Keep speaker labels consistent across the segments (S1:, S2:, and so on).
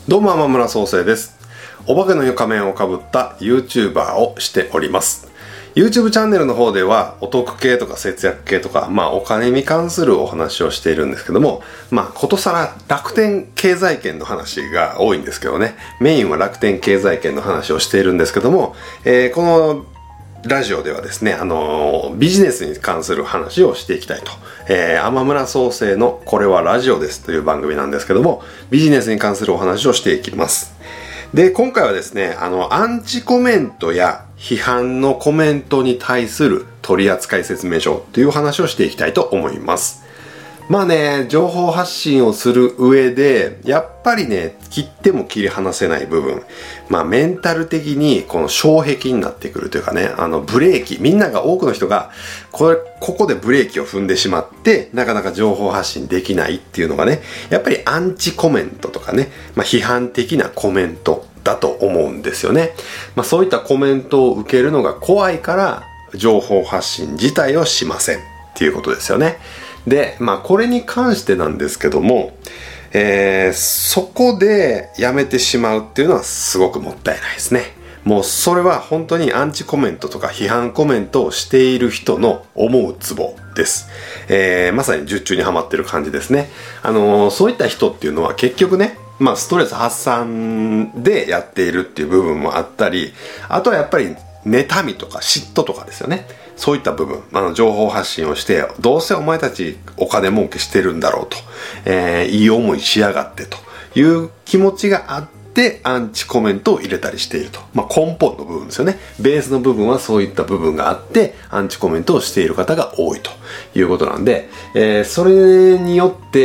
S1: どうも天村創生です。お化けの仮面をかぶった YouTuber をしております。 YouTube チャンネルの方ではお得系とか節約系とか、お金に関するお話をしているんですけども、ことさら楽天経済圏の話が多いんですけどね、メインは楽天経済圏の話をしているんですけども、このラジオではですね、ビジネスに関する話をしていきたいと。天村創生のこれはラジオですという番組なんですけども、ビジネスに関するお話をしていきます。で、今回はですね、アンチコメントや批判のコメントに対する取扱説明書という話をしていきたいと思います。情報発信をする上で、やっぱりね、切っても切り離せない部分。メンタル的にこの障壁になってくるというかね、ブレーキ。みんなが、多くの人が、ここでブレーキを踏んでしまって、なかなか情報発信できないっていうのがね、やっぱりアンチコメントとかね、批判的なコメントだと思うんですよね。そういったコメントを受けるのが怖いから、情報発信自体をしませんっていうことですよね。で、これに関してなんですけども、そこでやめてしまうっていうのはすごくもったいないですね。もうそれは本当にアンチコメントとか批判コメントをしている人の思うツボです。まさに術中にはまってる感じですね。そういった人っていうのは結局ね、ストレス発散でやっているっていう部分もあったり、あとはやっぱり妬みとか嫉妬とかですよね。そういった部分、情報発信をして、どうせお前たちお金儲けしてるんだろうと、いい思いしやがってという気持ちがあって、アンチコメントを入れたりしていると。根本の部分ですよね。ベースの部分はそういった部分があって、アンチコメントをしている方が多いということなんで、それによって、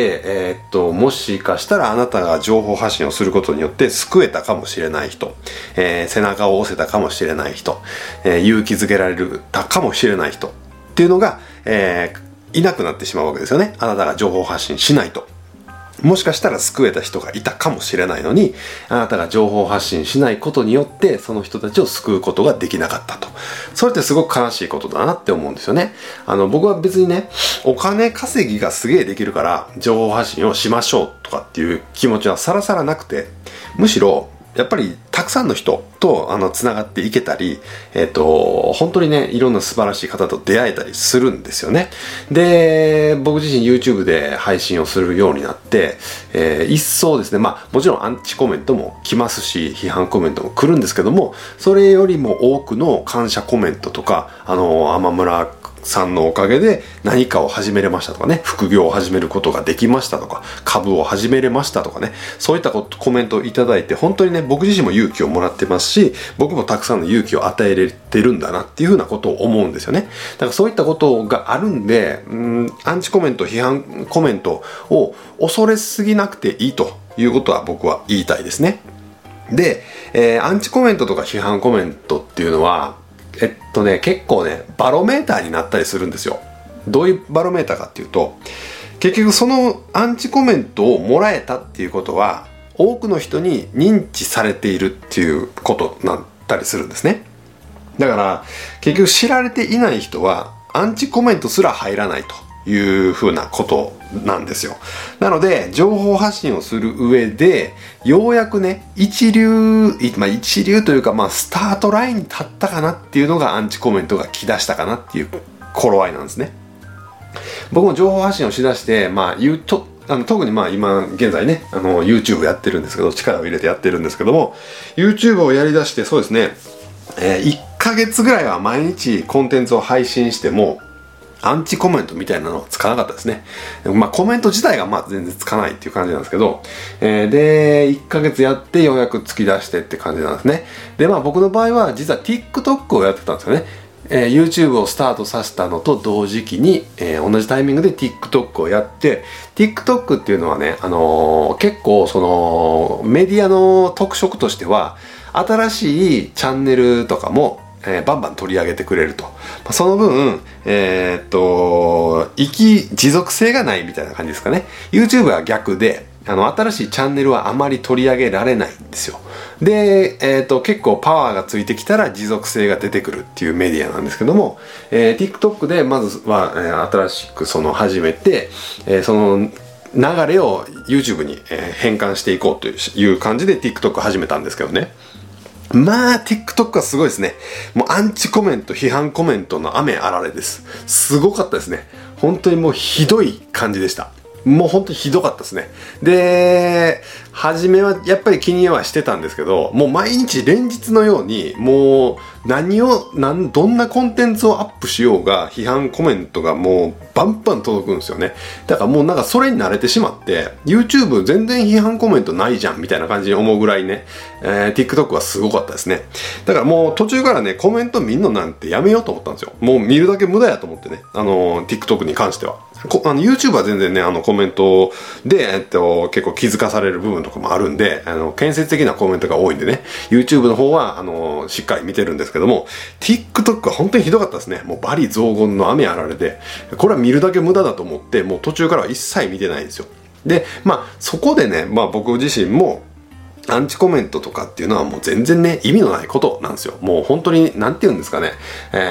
S1: もしかしたらあなたが情報発信をすることによって救えたかもしれない人、背中を押せたかもしれない人、勇気づけられたかもしれない人っていうのが、いなくなってしまうわけですよね。あなたが情報発信しないと。もしかしたら救えた人がいたかもしれないのに、あなたが情報発信しないことによってその人たちを救うことができなかったと。それってすごく悲しいことだなって思うんですよね。僕は別にね、お金稼ぎがすげえできるから情報発信をしましょうとかっていう気持ちはさらさらなくて、むしろやっぱりたくさんの人とつながっていけたり、本当にね、いろんな素晴らしい方と出会えたりするんですよね。で、僕自身 YouTube で配信をするようになって、一層ですね、もちろんアンチコメントも来ますし、批判コメントも来るんですけども、それよりも多くの感謝コメントとか、天村さんのおかげで何かを始めれましたとかね、副業を始めることができましたとか、株を始めれましたとかね、そういったコメントをいただいて、本当にね、僕自身も勇気をもらってますし、僕もたくさんの勇気を与えれてるんだなっていうふうなことを思うんですよね。だからそういったことがあるんで、アンチコメント、批判コメントを恐れすぎなくていいということは僕は言いたいですね。で、アンチコメントとか批判コメントっていうのは結構ね、バロメーターになったりするんですよ。どういうバロメーターかっていうと、結局そのアンチコメントをもらえたっていうことは、多くの人に認知されているっていうことになったりするんですね。だから、結局知られていない人は、アンチコメントすら入らないというふうなことなんですよ。なので、情報発信をする上で、ようやくね、一流というか、スタートラインに立ったかなっていうのがアンチコメントが来だしたかなっていう頃合いなんですね。僕も情報発信をしだして、特に今現在ね、YouTube やってるんですけど、力を入れてやってるんですけども、YouTube をやりだして、そうですね、1ヶ月ぐらいは毎日コンテンツを配信しても、アンチコメントみたいなのはつかなかったですね。コメント自体が全然つかないっていう感じなんですけど、で、1ヶ月やってようやく突き出してって感じなんですね。で、僕の場合は実は TikTok をやってたんですよね。YouTube をスタートさせたのと同時期に、同じタイミングで TikTok をやって、TikTok っていうのはね、結構そのメディアの特色としては、新しいチャンネルとかもバンバン取り上げてくれると。その分、持続性がないみたいな感じですかね。YouTube は逆で、新しいチャンネルはあまり取り上げられないんですよ。で、結構パワーがついてきたら持続性が出てくるっていうメディアなんですけども、TikTok でまずは、新しく始めて、 流れを YouTube に、変換していこうという感じで TikTok 始めたんですけどね。まあ TikTok はすごいですね。もうアンチコメント、批判コメントの雨あられです。すごかったですね。本当にもうひどい感じでした。もう本当にひどかったですね。で、初めはやっぱり気にはしてたんですけど、もう毎日連日のように、もうどんなコンテンツをアップしようが、批判コメントがもうバンバン届くんですよね。だからもうなんかそれに慣れてしまって、YouTube 全然批判コメントないじゃんみたいな感じに思うぐらいね、TikTok はすごかったですね。だからもう途中からね、コメント見んのなんてやめようと思ったんですよ。もう見るだけ無駄やと思ってね、TikTok に関しては。YouTube は全然ね、コメントで、結構気づかされる部分とかもあるんで、建設的なコメントが多いんでね、YouTube の方は、しっかり見てるんですけども、TikTok は本当にひどかったですね。もう罵詈雑言の雨あられで、これは見るだけ無駄だと思って、もう途中からは一切見てないんですよ。で、まあ、そこでね、まあ僕自身も、アンチコメントとかっていうのはもう全然ね、意味のないことなんですよ。もう本当に、なんて言うんですかね、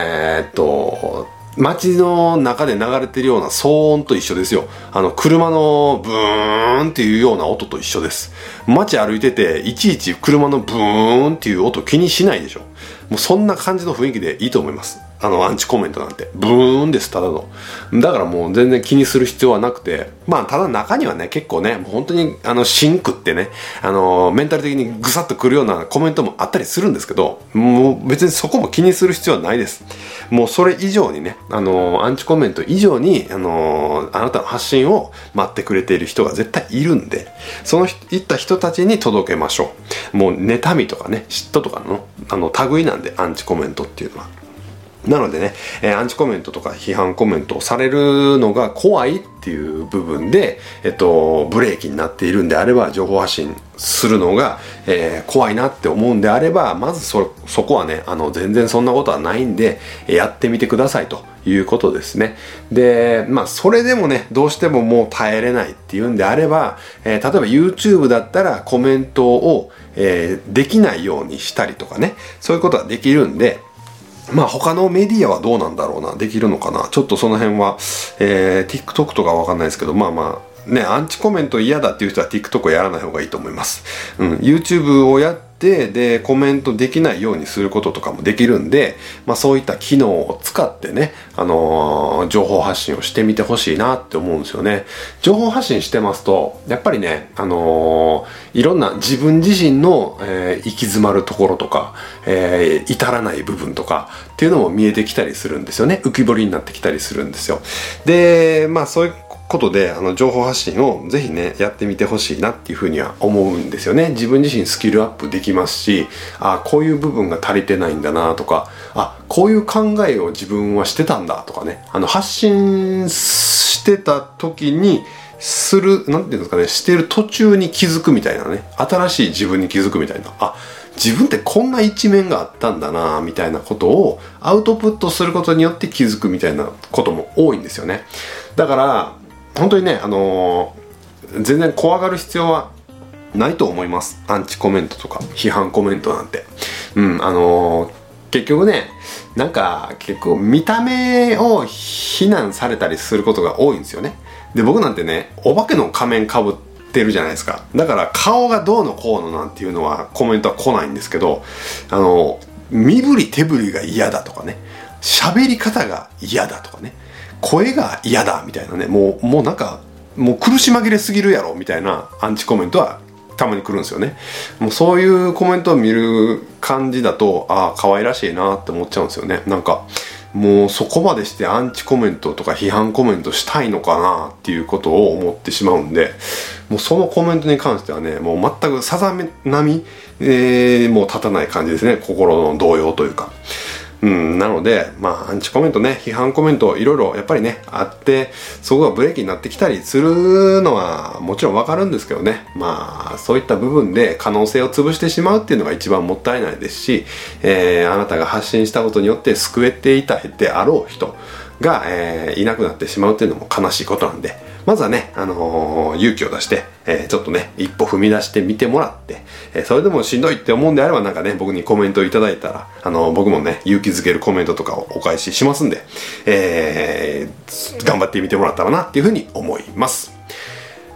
S1: 街の中で流れてるような騒音と一緒ですよ。車のブーンっていうような音と一緒です。街歩いてて、いちいち車のブーンっていう音気にしないでしょ。もうそんな感じの雰囲気でいいと思います。アンチコメントなんて。ブーンです、ただの。だからもう全然気にする必要はなくて、まあ、ただ中にはね、結構ね、もう本当に、シンクってね、メンタル的にぐさっとくるようなコメントもあったりするんですけど、もう別にそこも気にする必要はないです。もうそれ以上にね、アンチコメント以上に、あなたの発信を待ってくれている人が絶対いるんで、いった人たちに届けましょう。もう妬みとかね、嫉妬とかの、類なんで、アンチコメントっていうのは。なのでね、アンチコメントとか批判コメントをされるのが怖いっていう部分で、ブレーキになっているんであれば、情報発信するのが、怖いなって思うんであれば、まずそこはね、全然そんなことはないんで、やってみてくださいということですね。で、まあ、それでもね、どうしてももう耐えれないっていうんであれば、例えば YouTube だったらコメントを、できないようにしたりとかね、そういうことはできるんで、まあ他のメディアはどうなんだろうな、できるのかな、ちょっとその辺は、TikTok とかわかんないですけど、まあまあね、アンチコメント嫌だっていう人は TikTok をやらない方がいいと思います。YouTube をやって、で、コメントできないようにすることとかもできるんで、まあそういった機能を使ってね、情報発信をしてみてほしいなって思うんですよね。情報発信してますと、やっぱりね、いろんな自分自身の、行き詰まるところとか、至らない部分とかっていうのも見えてきたりするんですよね。浮き彫りになってきたりするんですよ。で、まあそういうことで情報発信をぜひねやってみてほしいなっていうふうには思うんですよね。自分自身スキルアップできますし、こういう部分が足りてないんだなとか、こういう考えを自分はしてたんだとかね、発信してた時になんていうんですかね、してる途中に気づくみたいなね、新しい自分に気づくみたいな、自分ってこんな一面があったんだなみたいなことをアウトプットすることによって気づくみたいなことも多いんですよね。だから本当にね、全然怖がる必要はないと思います。アンチコメントとか批判コメントなんて。結局ね、なんか結構見た目を非難されたりすることが多いんですよね。で、僕なんてね、お化けの仮面かぶってるじゃないですか。だから顔がどうのこうのなんていうのはコメントは来ないんですけど、身振り手振りが嫌だとかね、喋り方が嫌だとかね、声が嫌だみたいなね、もうなんかもう苦し紛れすぎるやろみたいなアンチコメントはたまに来るんですよね。もうそういうコメントを見る感じだと、可愛らしいなって思っちゃうんですよね。なんかもうそこまでしてアンチコメントとか批判コメントしたいのかなっていうことを思ってしまうんで、もうそのコメントに関してはね、もう全くさざめ並み、もう立たない感じですね。心の動揺というか。なので、アンチコメントね、批判コメントいろいろやっぱりね、あって、そこがブレーキになってきたりするのはもちろんわかるんですけどね。そういった部分で可能性を潰してしまうっていうのが一番もったいないですし、あなたが発信したことによって救えていたであろう人が、いなくなってしまうっていうのも悲しいことなんで、まずはね、勇気を出して、ちょっとね、一歩踏み出してみてもらって、それでもしんどいって思うんであればなんかね、僕にコメントいただいたら、僕もね、勇気づけるコメントとかをお返ししますんで、頑張ってみてもらったらなっていうふうに思います。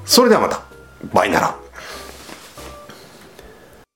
S1: それではまた。バイなら。